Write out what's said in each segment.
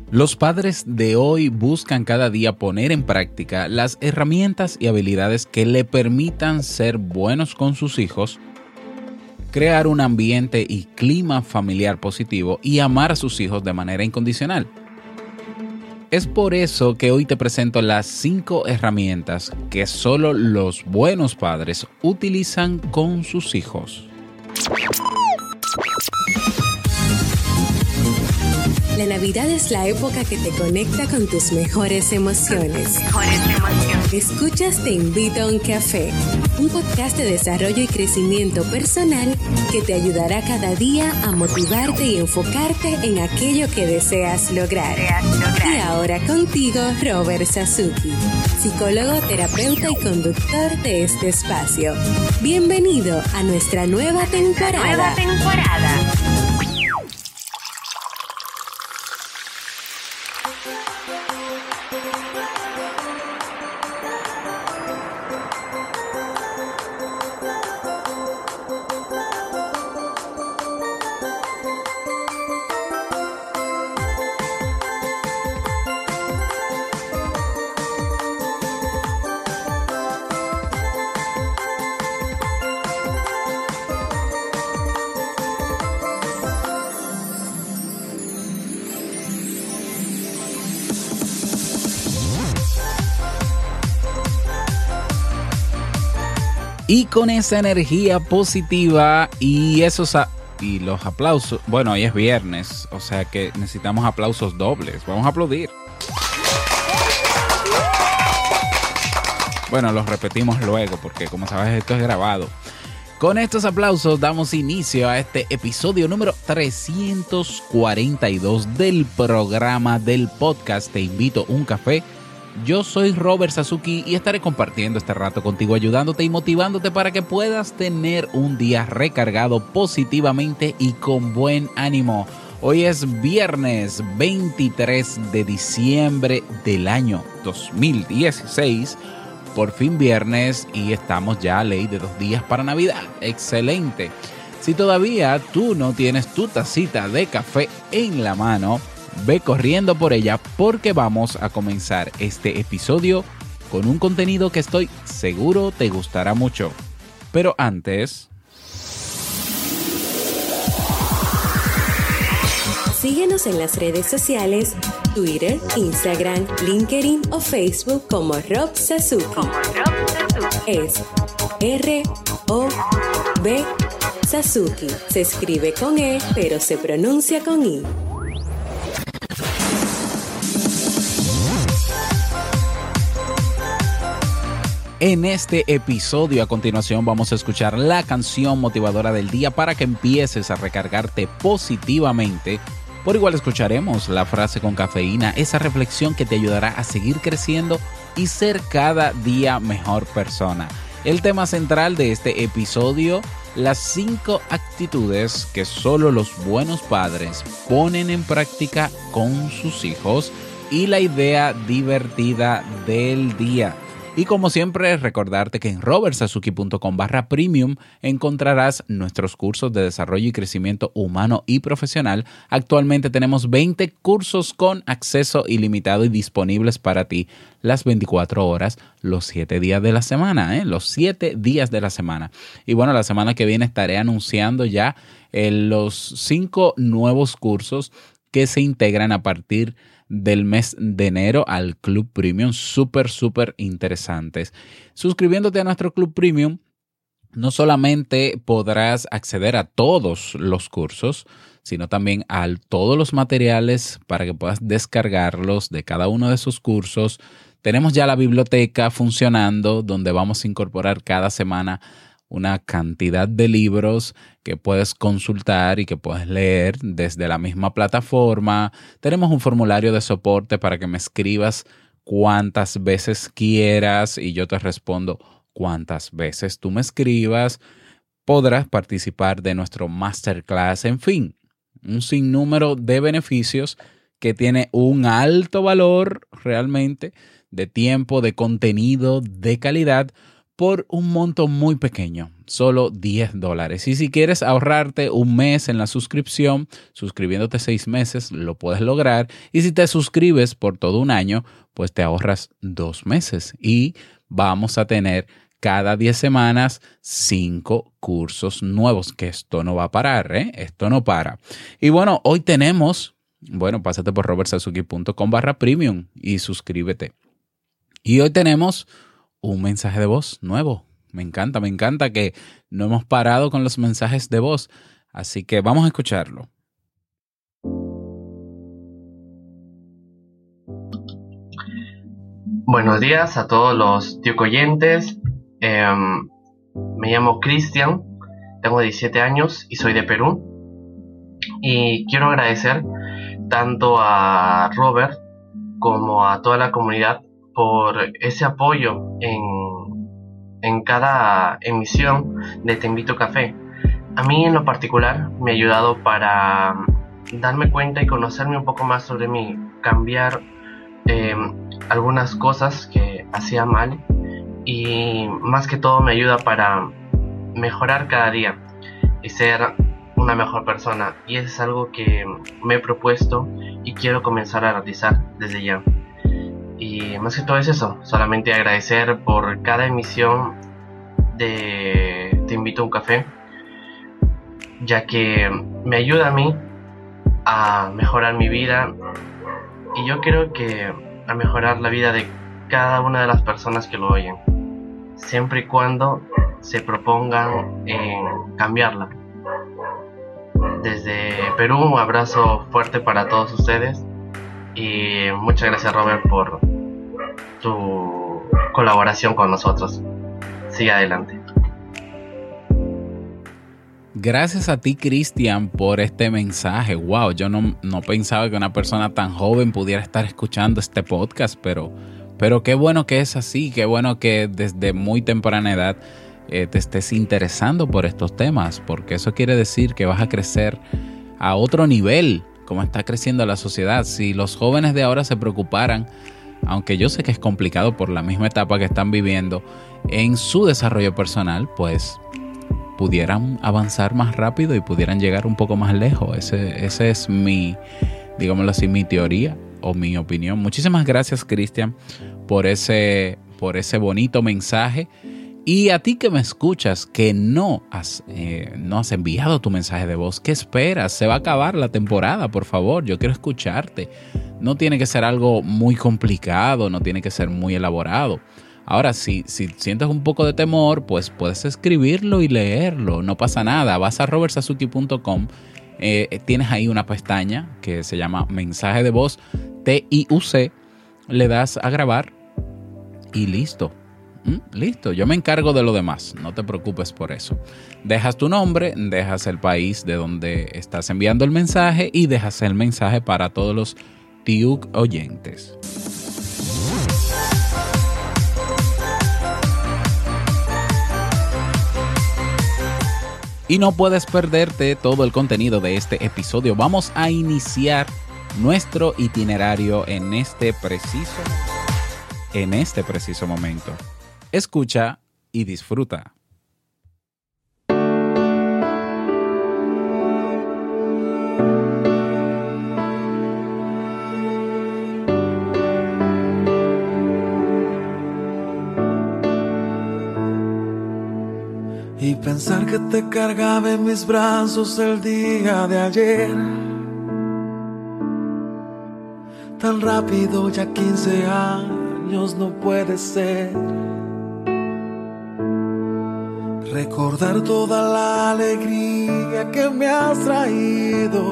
Los padres de hoy buscan cada día poner en práctica las herramientas y habilidades que le permitan ser buenos con sus hijos, crear un ambiente y clima familiar positivo y amar a sus hijos de manera incondicional. Es por eso que hoy te presento las 5 herramientas que solo los buenos padres utilizan con sus hijos. La Navidad es la época que te conecta con tus mejores emociones. Escuchas Te Invito a un Café, un podcast de desarrollo y crecimiento personal que te ayudará cada día a motivarte y enfocarte en aquello que deseas lograr. Y ahora contigo, Robert Sasuki, psicólogo, terapeuta y conductor de este espacio. Bienvenido a nuestra nueva temporada. Y con esa energía positiva y los aplausos, bueno, hoy es viernes, o sea que necesitamos aplausos dobles. Vamos a aplaudir. Bueno, los repetimos luego porque como sabes esto es grabado. Con estos aplausos damos inicio a este episodio número 342 del programa del podcast Te Invito a un Café. Yo soy Robert Sasuki y estaré compartiendo este rato contigo, ayudándote y motivándote para que puedas tener un día recargado positivamente y con buen ánimo. Hoy es viernes 23 de diciembre del año 2016. Por fin viernes y estamos ya a ley de 2 días para Navidad. ¡Excelente! Si todavía tú no tienes tu tacita de café en la mano, ve corriendo por ella porque vamos a comenzar este episodio con un contenido que estoy seguro te gustará mucho. Pero antes... Síguenos en las redes sociales, Twitter, Instagram, LinkedIn o Facebook como Rob Sasuki. Es R-O-B Sasuki. Se escribe con E, pero se pronuncia con I. En este episodio a continuación vamos a escuchar la canción motivadora del día para que empieces a recargarte positivamente. Por igual escucharemos la frase con cafeína, esa reflexión que te ayudará a seguir creciendo y ser cada día mejor persona. El tema central de este episodio, las 5 actitudes que solo los buenos padres ponen en práctica con sus hijos y la idea divertida del día. Y como siempre, recordarte que en robertsasuki.com/premium encontrarás nuestros cursos de desarrollo y crecimiento humano y profesional. Actualmente tenemos 20 cursos con acceso ilimitado y disponibles para ti las 24 horas, los 7 días de la semana, los 7 días de la semana. Y bueno, la semana que viene estaré anunciando ya los 5 nuevos cursos que se integran a partir del mes de enero al Club Premium, súper interesantes. Suscribiéndote a nuestro Club Premium, no solamente podrás acceder a todos los cursos, sino también a todos los materiales para que puedas descargarlos de cada uno de esos cursos. Tenemos ya la biblioteca funcionando, donde vamos a incorporar cada semana una cantidad de libros que puedes consultar y que puedes leer desde la misma plataforma. Tenemos un formulario de soporte para que me escribas cuántas veces quieras y yo te respondo cuántas veces tú me escribas. Podrás participar de nuestro masterclass, en fin, un sinnúmero de beneficios que tiene un alto valor realmente de tiempo, de contenido, de calidad, por un monto muy pequeño. solo $10. Y si quieres ahorrarte un mes en la suscripción, suscribiéndote 6 meses, lo puedes lograr. Y si te suscribes por todo un año, pues te ahorras 2 meses. Y vamos a tener cada 10 semanas 5 cursos nuevos, que esto no va a parar, ¿eh? Esto no para. Y bueno, hoy tenemos, pásate por robertsazuki.com/premium y suscríbete. Y hoy tenemos un mensaje de voz nuevo. Me encanta que no hemos parado con los mensajes de voz. Así que vamos a escucharlo. Buenos días a todos los oyentes. Me llamo Cristian, tengo 17 años y soy de Perú. Y quiero agradecer tanto a Robert como a toda la comunidad por ese apoyo en cada emisión de Te Invito a Café. A mí en lo particular me ha ayudado para darme cuenta y conocerme un poco más sobre mí, cambiar algunas cosas que hacía mal, y más que todo me ayuda para mejorar cada día y ser una mejor persona, y eso es algo que me he propuesto y quiero comenzar a realizar desde ya. Y más que todo es eso, solamente agradecer por cada emisión de Te Invito a un Café, ya que me ayuda a mí a mejorar mi vida, y yo creo que a mejorar la vida de cada una de las personas que lo oyen, siempre y cuando se propongan en cambiarla. Desde Perú, un abrazo fuerte para todos ustedes. Y muchas gracias, Robert, por tu colaboración con nosotros. Sigue adelante. Gracias a ti, Cristian, por este mensaje. Wow, yo no pensaba que una persona tan joven pudiera estar escuchando este podcast, pero qué bueno que es así, qué bueno que desde muy temprana edad te estés interesando por estos temas, porque eso quiere decir que vas a crecer a otro nivel, como está creciendo la sociedad. Si los jóvenes de ahora se preocuparan, aunque yo sé que es complicado por la misma etapa que están viviendo, en su desarrollo personal, pues pudieran avanzar más rápido y pudieran llegar un poco más lejos. Ese es digámoslo así, mi teoría o mi opinión. Muchísimas gracias, Cristian, por ese bonito mensaje. Y a ti que me escuchas, que no has enviado tu mensaje de voz, ¿qué esperas? Se va a acabar la temporada, por favor, yo quiero escucharte. No tiene que ser algo muy complicado, no tiene que ser muy elaborado. Ahora, si sientes un poco de temor, pues puedes escribirlo y leerlo, no pasa nada. Vas a robertsazuki.com, tienes ahí una pestaña que se llama mensaje de voz, TIUC, le das a grabar y listo. Listo, yo me encargo de lo demás, no te preocupes por eso. Dejas tu nombre, dejas el país de donde estás enviando el mensaje y dejas el mensaje para todos los TIUC oyentes. Y no puedes perderte todo el contenido de este episodio. Vamos a iniciar nuestro itinerario en este preciso momento. Escucha y disfruta. Y pensar que te cargaba en mis brazos el día de ayer, tan rápido, ya 15 años no puede ser. Recordar toda la alegría que me has traído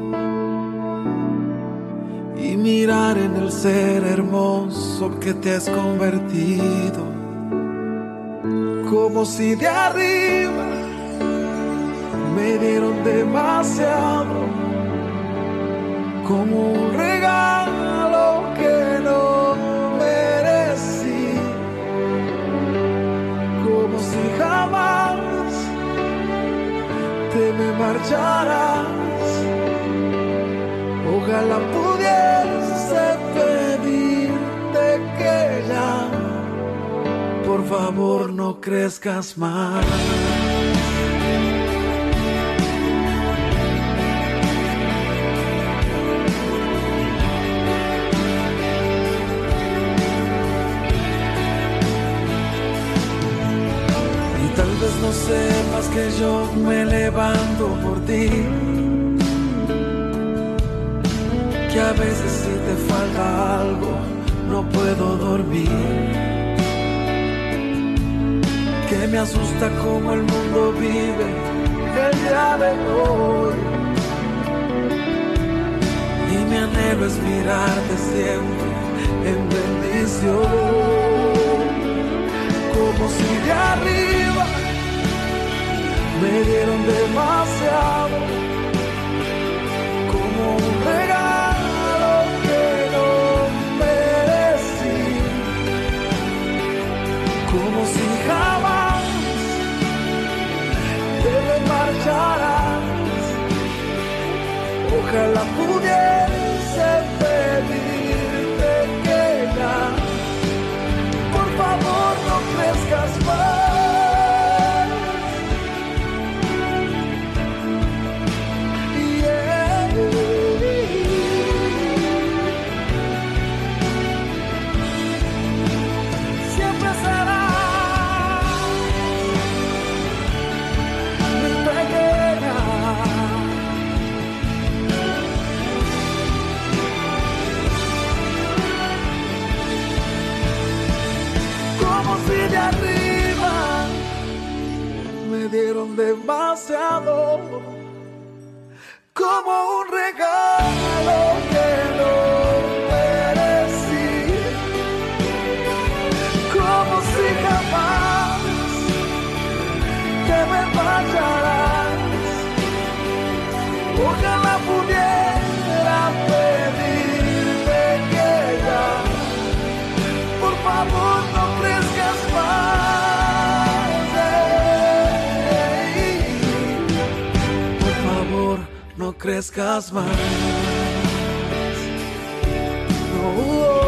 y mirar en el ser hermoso que te has convertido. Como si de arriba me dieron demasiado, como un regalo que no merecí, como si jamás te me marcharas. Ojalá pudiese pedirte que ya, por favor, no crezcas más. que yo me levanto por ti, que a veces si te falta algo no puedo dormir, que me asusta cómo el mundo vive el día de hoy, y mi anhelo es mirarte siempre en bendición, como si de arriba me dieron demasiado, como un regalo que no merecí, como si jamás te me marcharás. Ojalá pudiese pedirte que ya, por favor, no crezcas más. De arriba me dieron demasiado, como un regalo que no merecí, como si jamás te me fallarás. Ojalá pudiera pedirte que ya, por favor, no crezcas más. Por favor, no crezcas más. No.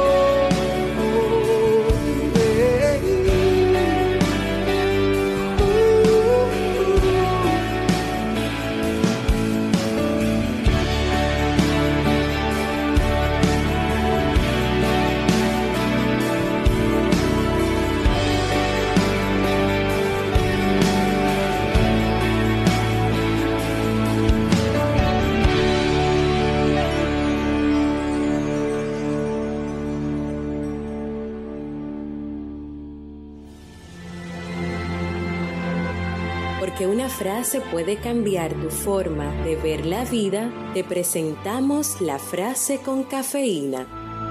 Porque una frase puede cambiar tu forma de ver la vida, te presentamos la frase con cafeína.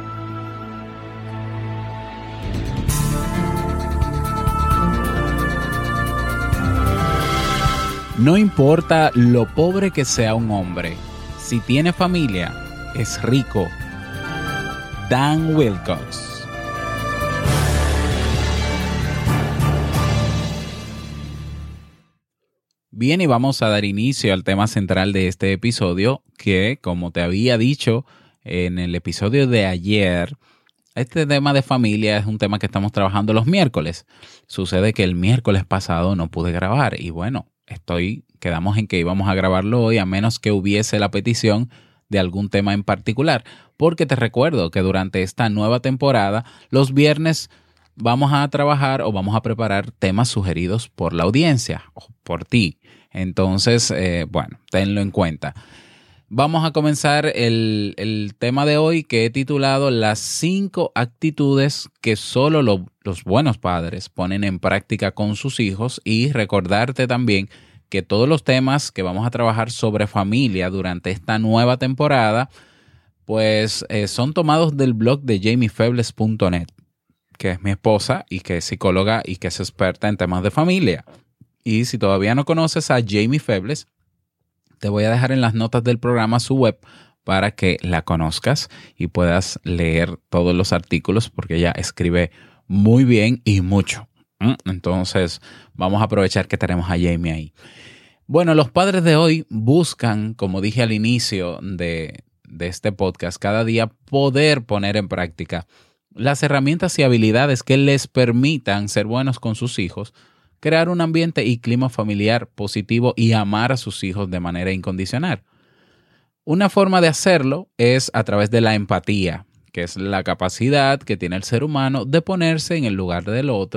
No importa lo pobre que sea un hombre, si tiene familia, es rico. Dan Wilcox. Bien, y vamos a dar inicio al tema central de este episodio, que, como te había dicho en el episodio de ayer, este tema de familia es un tema que estamos trabajando los miércoles. Sucede que el miércoles pasado no pude grabar y bueno, quedamos en que íbamos a grabarlo hoy a menos que hubiese la petición de algún tema en particular, porque te recuerdo que durante esta nueva temporada, los viernes vamos a trabajar o vamos a preparar temas sugeridos por la audiencia o por ti. Entonces, bueno, tenlo en cuenta. Vamos a comenzar el tema de hoy que he titulado Las 5 actitudes que solo los buenos padres ponen en práctica con sus hijos, y recordarte también que todos los temas que vamos a trabajar sobre familia durante esta nueva temporada pues son tomados del blog de jamiefebles.net, que es mi esposa y que es psicóloga y que es experta en temas de familia. Y si todavía no conoces a Jamie Febles, te voy a dejar en las notas del programa su web para que la conozcas y puedas leer todos los artículos, porque ella escribe muy bien y mucho. Entonces vamos a aprovechar que tenemos a Jamie ahí. Bueno, los padres de hoy buscan, como dije al inicio de este podcast, cada día poder poner en práctica las herramientas y habilidades que les permitan ser buenos con sus hijos, crear un ambiente y clima familiar positivo y amar a sus hijos de manera incondicional. Una forma de hacerlo es a través de la empatía, que es la capacidad que tiene el ser humano de ponerse en el lugar del otro,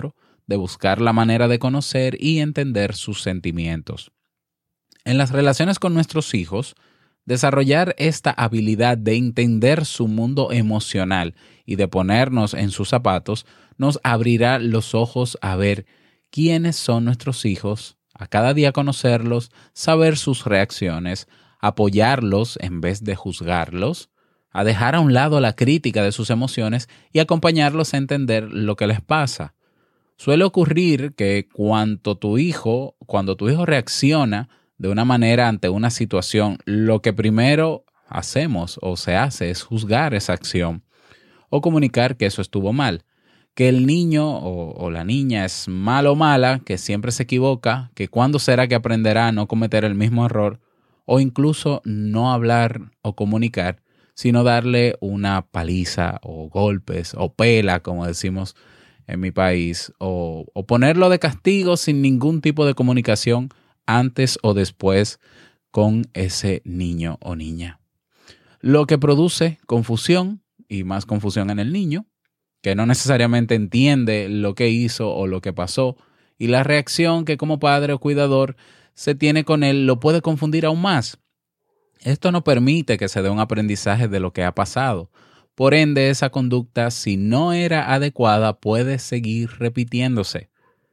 de buscar la manera de conocer y entender sus sentimientos. En las relaciones con nuestros hijos, desarrollar esta habilidad de entender su mundo emocional y de ponernos en sus zapatos nos abrirá los ojos a ver quiénes son nuestros hijos, a cada día conocerlos, saber sus reacciones, apoyarlos en vez de juzgarlos, a dejar a un lado la crítica de sus emociones y acompañarlos a entender lo que les pasa. Suele ocurrir que cuando tu hijo reacciona de una manera ante una situación, lo que primero hacemos o se hace es juzgar esa acción o comunicar que eso estuvo mal, que el niño o la niña es malo o mala, que siempre se equivoca, que cuándo será que aprenderá a no cometer el mismo error, o incluso no hablar o comunicar, sino darle una paliza o golpes o pela, como decimos en mi país, o ponerlo de castigo sin ningún tipo de comunicación antes o después con ese niño o niña. Lo que produce confusión y más confusión en el niño, que no necesariamente entiende lo que hizo o lo que pasó, y la reacción que como padre o cuidador se tiene con él lo puede confundir aún más. Esto no permite que se dé un aprendizaje de lo que ha pasado. Por ende, esa conducta, si no era adecuada, puede seguir repitiéndose.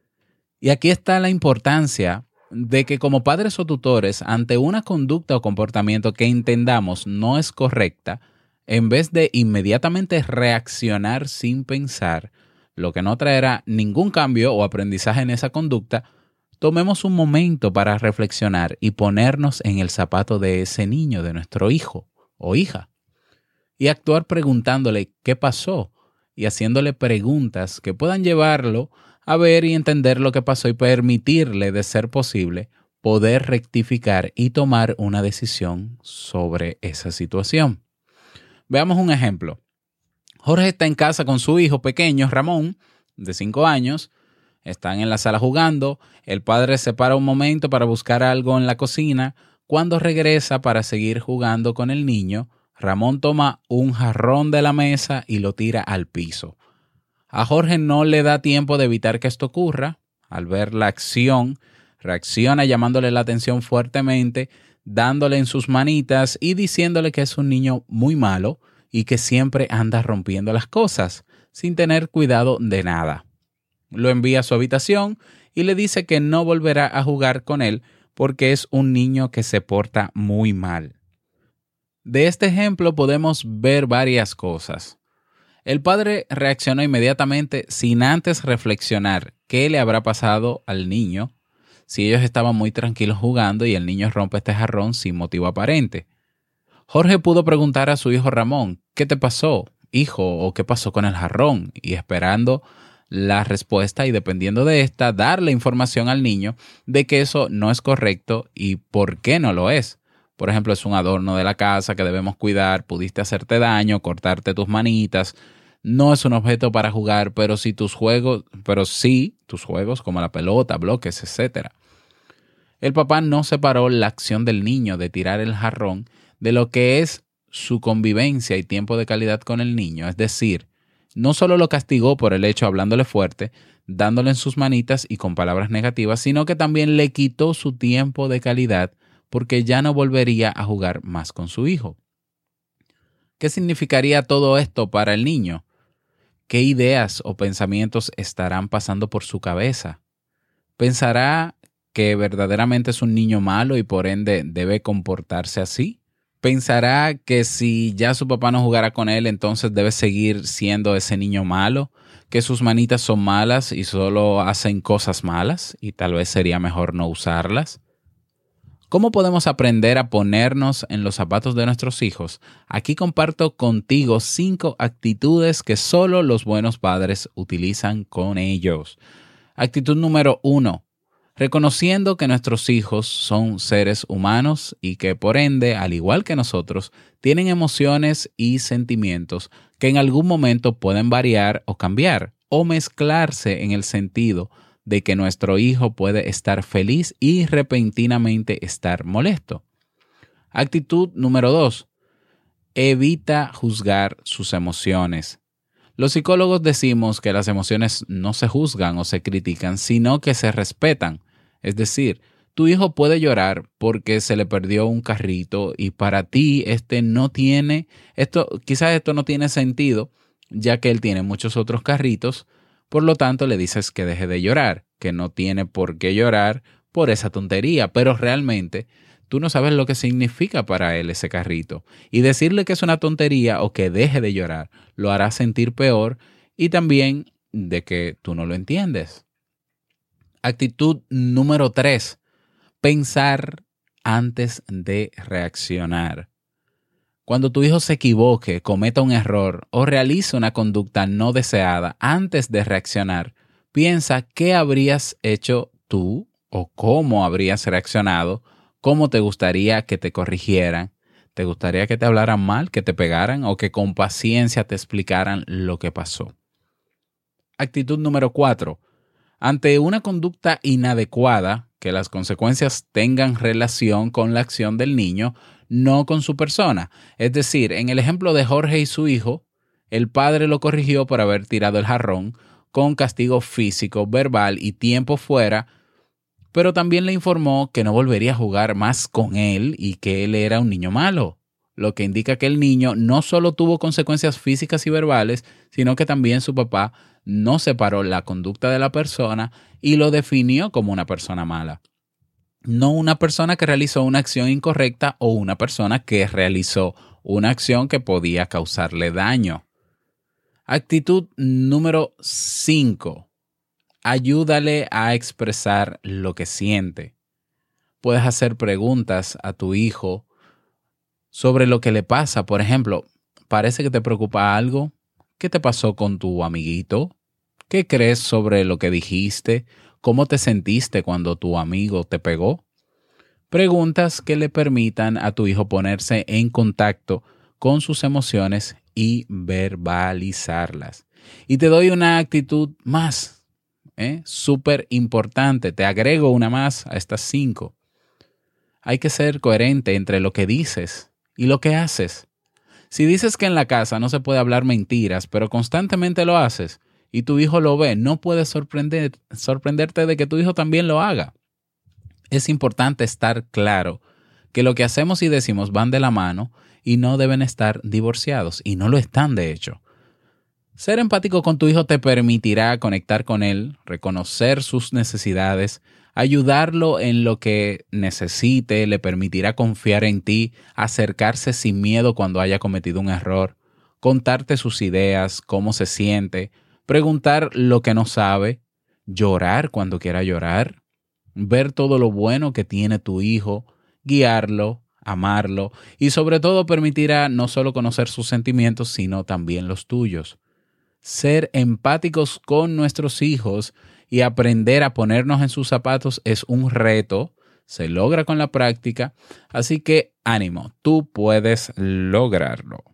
Y aquí está la importancia de que como padres o tutores, ante una conducta o comportamiento que entendamos no es correcta, en vez de inmediatamente reaccionar sin pensar, lo que no traerá ningún cambio o aprendizaje en esa conducta, tomemos un momento para reflexionar y ponernos en el zapato de ese niño, de nuestro hijo o hija, y actuar preguntándole qué pasó y haciéndole preguntas que puedan llevarlo a ver y entender lo que pasó y permitirle, de ser posible, poder rectificar y tomar una decisión sobre esa situación. Veamos un ejemplo. Jorge está en casa con su hijo pequeño, Ramón, de 5 años. Están en la sala jugando. El padre se para un momento para buscar algo en la cocina. Cuando regresa para seguir jugando con el niño, Ramón toma un jarrón de la mesa y lo tira al piso. A Jorge no le da tiempo de evitar que esto ocurra. Al ver la acción, reacciona llamándole la atención fuertemente, dándole en sus manitas y diciéndole que es un niño muy malo y que siempre anda rompiendo las cosas, sin tener cuidado de nada. Lo envía a su habitación y le dice que no volverá a jugar con él porque es un niño que se porta muy mal. De este ejemplo podemos ver varias cosas. El padre reaccionó inmediatamente sin antes reflexionar qué le habrá pasado al niño si ellos estaban muy tranquilos jugando y el niño rompe este jarrón sin motivo aparente. Jorge pudo preguntar a su hijo Ramón, ¿qué te pasó, hijo? ¿O qué pasó con el jarrón? Y esperando la respuesta y dependiendo de esta, darle información al niño de que eso no es correcto y por qué no lo es. Por ejemplo, es un adorno de la casa que debemos cuidar, pudiste hacerte daño, cortarte tus manitas. No es un objeto para jugar, pero sí tus juegos como la pelota, bloques, etc. El papá no separó la acción del niño de tirar el jarrón de lo que es su convivencia y tiempo de calidad con el niño. Es decir, no solo lo castigó por el hecho hablándole fuerte, dándole en sus manitas y con palabras negativas, sino que también le quitó su tiempo de calidad porque ya no volvería a jugar más con su hijo. ¿Qué significaría todo esto para el niño? ¿Qué ideas o pensamientos estarán pasando por su cabeza? ¿Pensará que verdaderamente es un niño malo y por ende debe comportarse así? ¿Pensará que si ya su papá no jugara con él, entonces debe seguir siendo ese niño malo? ¿Que sus manitas son malas y solo hacen cosas malas y tal vez sería mejor no usarlas? ¿Cómo podemos aprender a ponernos en los zapatos de nuestros hijos? Aquí comparto contigo 5 actitudes que solo los buenos padres utilizan con ellos. Actitud número 1. Reconociendo que nuestros hijos son seres humanos y que por ende, al igual que nosotros, tienen emociones y sentimientos que en algún momento pueden variar o cambiar o mezclarse en el sentido de que nuestro hijo puede estar feliz y repentinamente estar molesto. Actitud número 2. Evita juzgar sus emociones. Los psicólogos decimos que las emociones no se juzgan o se critican, sino que se respetan. Es decir, tu hijo puede llorar porque se le perdió un carrito y para ti quizás esto no tiene sentido, ya que él tiene muchos otros carritos. Por lo tanto, le dices que deje de llorar, que no tiene por qué llorar por esa tontería, pero realmente tú no sabes lo que significa para él ese carrito. Y decirle que es una tontería o que deje de llorar lo hará sentir peor y también de que tú no lo entiendes. Actitud número 3. Pensar antes de reaccionar. Cuando tu hijo se equivoque, cometa un error o realice una conducta no deseada, antes de reaccionar, piensa qué habrías hecho tú o cómo habrías reaccionado, cómo te gustaría que te corrigieran. ¿Te gustaría que te hablaran mal, que te pegaran o que con paciencia te explicaran lo que pasó? Actitud número 4. Ante una conducta inadecuada, que las consecuencias tengan relación con la acción del niño, no con su persona. Es decir, en el ejemplo de Jorge y su hijo, el padre lo corrigió por haber tirado el jarrón con castigo físico, verbal y tiempo fuera, pero también le informó que no volvería a jugar más con él y que él era un niño malo, lo que indica que el niño no solo tuvo consecuencias físicas y verbales, sino que también su papá no separó la conducta de la persona y lo definió como una persona mala. No una persona que realizó una acción incorrecta o una persona que realizó una acción que podía causarle daño. Actitud número 5. Ayúdale a expresar lo que siente. Puedes hacer preguntas a tu hijo sobre lo que le pasa. Por ejemplo, ¿parece que te preocupa algo? ¿Qué te pasó con tu amiguito? ¿Qué crees sobre lo que dijiste? ¿Cómo te sentiste cuando tu amigo te pegó? Preguntas que le permitan a tu hijo ponerse en contacto con sus emociones y verbalizarlas. Y te doy una actitud más. Súper importante, te agrego una más a estas 5. Hay que ser coherente entre lo que dices y lo que haces. Si dices que en la casa no se puede hablar mentiras, pero constantemente lo haces y tu hijo lo ve, no puedes sorprenderte de que tu hijo también lo haga. Es importante estar claro que lo que hacemos y decimos van de la mano y no deben estar divorciados, y no lo están de hecho. Ser empático con tu hijo te permitirá conectar con él, reconocer sus necesidades, ayudarlo en lo que necesite, le permitirá confiar en ti, acercarse sin miedo cuando haya cometido un error, contarte sus ideas, cómo se siente, preguntar lo que no sabe, llorar cuando quiera llorar, ver todo lo bueno que tiene tu hijo, guiarlo, amarlo y sobre todo permitirá no solo conocer sus sentimientos, sino también los tuyos. Ser empáticos con nuestros hijos y aprender a ponernos en sus zapatos es un reto, se logra con la práctica, así que ánimo, tú puedes lograrlo.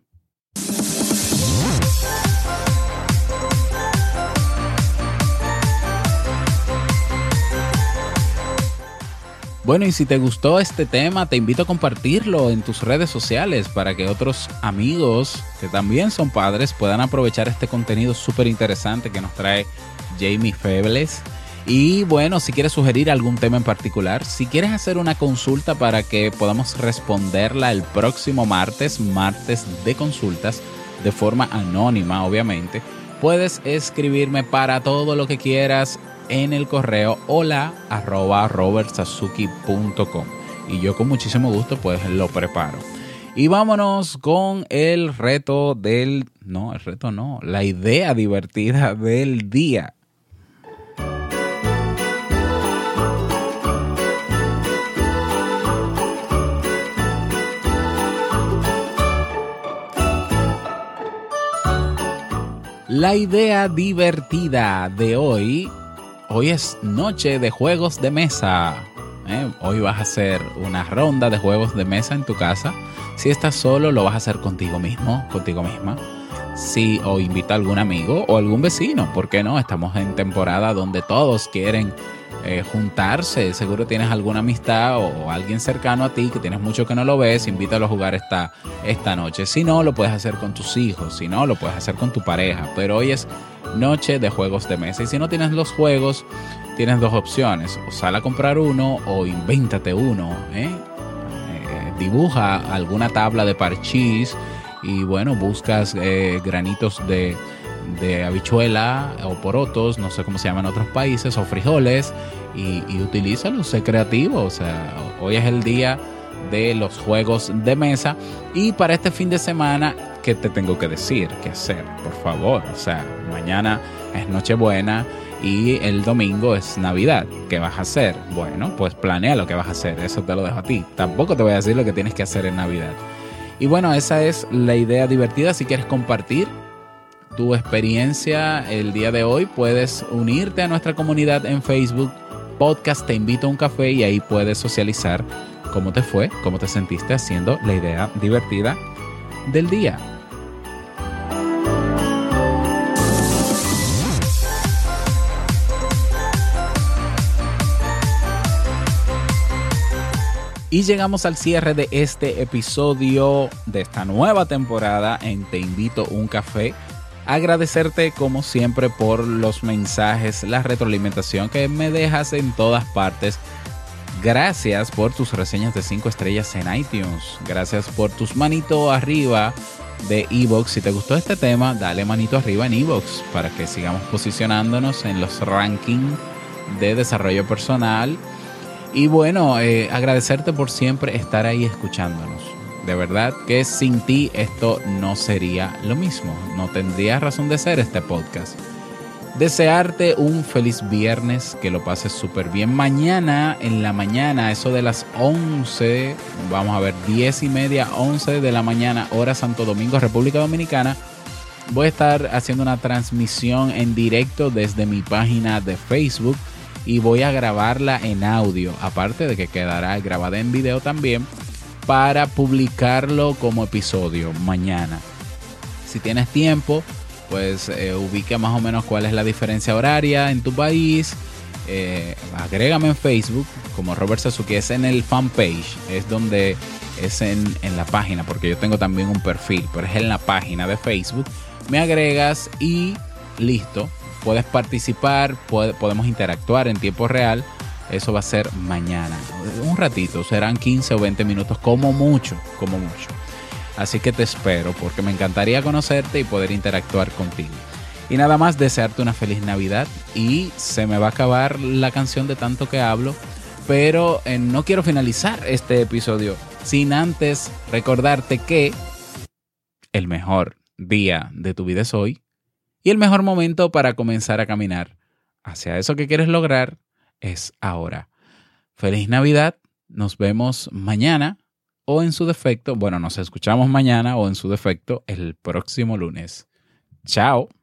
Bueno, y si te gustó este tema, te invito a compartirlo en tus redes sociales para que otros amigos que también son padres puedan aprovechar este contenido súper interesante que nos trae Jamie Febles. Y bueno, si quieres sugerir algún tema en particular, si quieres hacer una consulta para que podamos responderla el próximo martes de consultas, de forma anónima, obviamente, puedes escribirme para todo lo que quieras en el correo hola@robertsazuki.com y yo con muchísimo gusto pues lo preparo. Y vámonos con la idea divertida del día. La idea divertida de hoy es noche de juegos de mesa. Hoy vas a hacer una ronda de juegos de mesa en tu casa. Si estás solo, lo vas a hacer contigo mismo, contigo misma. O invita a algún amigo o algún vecino. ¿Por qué no? Estamos en temporada donde todos quieren juntarse. Seguro tienes alguna amistad o alguien cercano a ti que tienes mucho que no lo ves, invítalo a jugar esta noche. Si no, lo puedes hacer con tus hijos, si no, lo puedes hacer con tu pareja, pero hoy es noche de juegos de mesa. Y si no tienes los juegos, tienes dos opciones: o sal a comprar uno o invéntate uno, dibuja alguna tabla de parchís y bueno, buscas granitos de habichuela o porotos, no sé cómo se llaman en otros países, o frijoles, y utilízalos, sé creativo. O sea, hoy es el día de los juegos de mesa. Y para este fin de semana, ¿qué te tengo que decir? ¿Qué hacer? Por favor, o sea, mañana es Nochebuena y el domingo es Navidad. ¿Qué vas a hacer? Bueno, pues planea lo que vas a hacer, eso te lo dejo a ti. Tampoco te voy a decir lo que tienes que hacer en Navidad. Y bueno, esa es la idea divertida. Si quieres compartir tu experiencia el día de hoy, puedes unirte a nuestra comunidad en Facebook, Podcast Te Invito a un Café, y ahí puedes socializar cómo te fue, cómo te sentiste haciendo la idea divertida del día. Y llegamos al cierre de este episodio de esta nueva temporada en Te Invito a un Café. Agradecerte como siempre por los mensajes, la retroalimentación que me dejas en todas partes. Gracias por tus reseñas de 5 estrellas en iTunes. Gracias por tus manitos arriba de iVoox. Si te gustó este tema, dale manito arriba en iVoox para que sigamos posicionándonos en los rankings de desarrollo personal. Y bueno, agradecerte por siempre estar ahí escuchándonos. De verdad que sin ti esto no sería lo mismo. No tendría razón de ser este podcast. Desearte un feliz viernes, que lo pases súper bien. Mañana en la mañana, eso de las 11, vamos a ver, 10:30, 11 de la mañana, hora Santo Domingo, República Dominicana. Voy a estar haciendo una transmisión en directo desde mi página de Facebook y voy a grabarla en audio, aparte de que quedará grabada en video también, para publicarlo como episodio mañana. Si tienes tiempo, pues ubica más o menos cuál es la diferencia horaria en tu país. Agrégame en Facebook como Robert Sasuki, es en el fanpage, es donde es en la página, porque yo tengo también un perfil, pero es en la página de Facebook. Me agregas y listo, puedes participar, podemos interactuar en tiempo real. Eso va a ser mañana, un ratito, serán 15 o 20 minutos como mucho, como mucho. Así que te espero, porque me encantaría conocerte y poder interactuar contigo. Y nada más, desearte una feliz Navidad. Y se me va a acabar la canción de tanto que hablo, pero no quiero finalizar este episodio sin antes recordarte que el mejor día de tu vida es hoy, y el mejor momento para comenzar a caminar hacia eso que quieres lograr es ahora. Feliz Navidad, nos vemos mañana o en su defecto, bueno, nos escuchamos mañana o en su defecto el próximo lunes. Chao.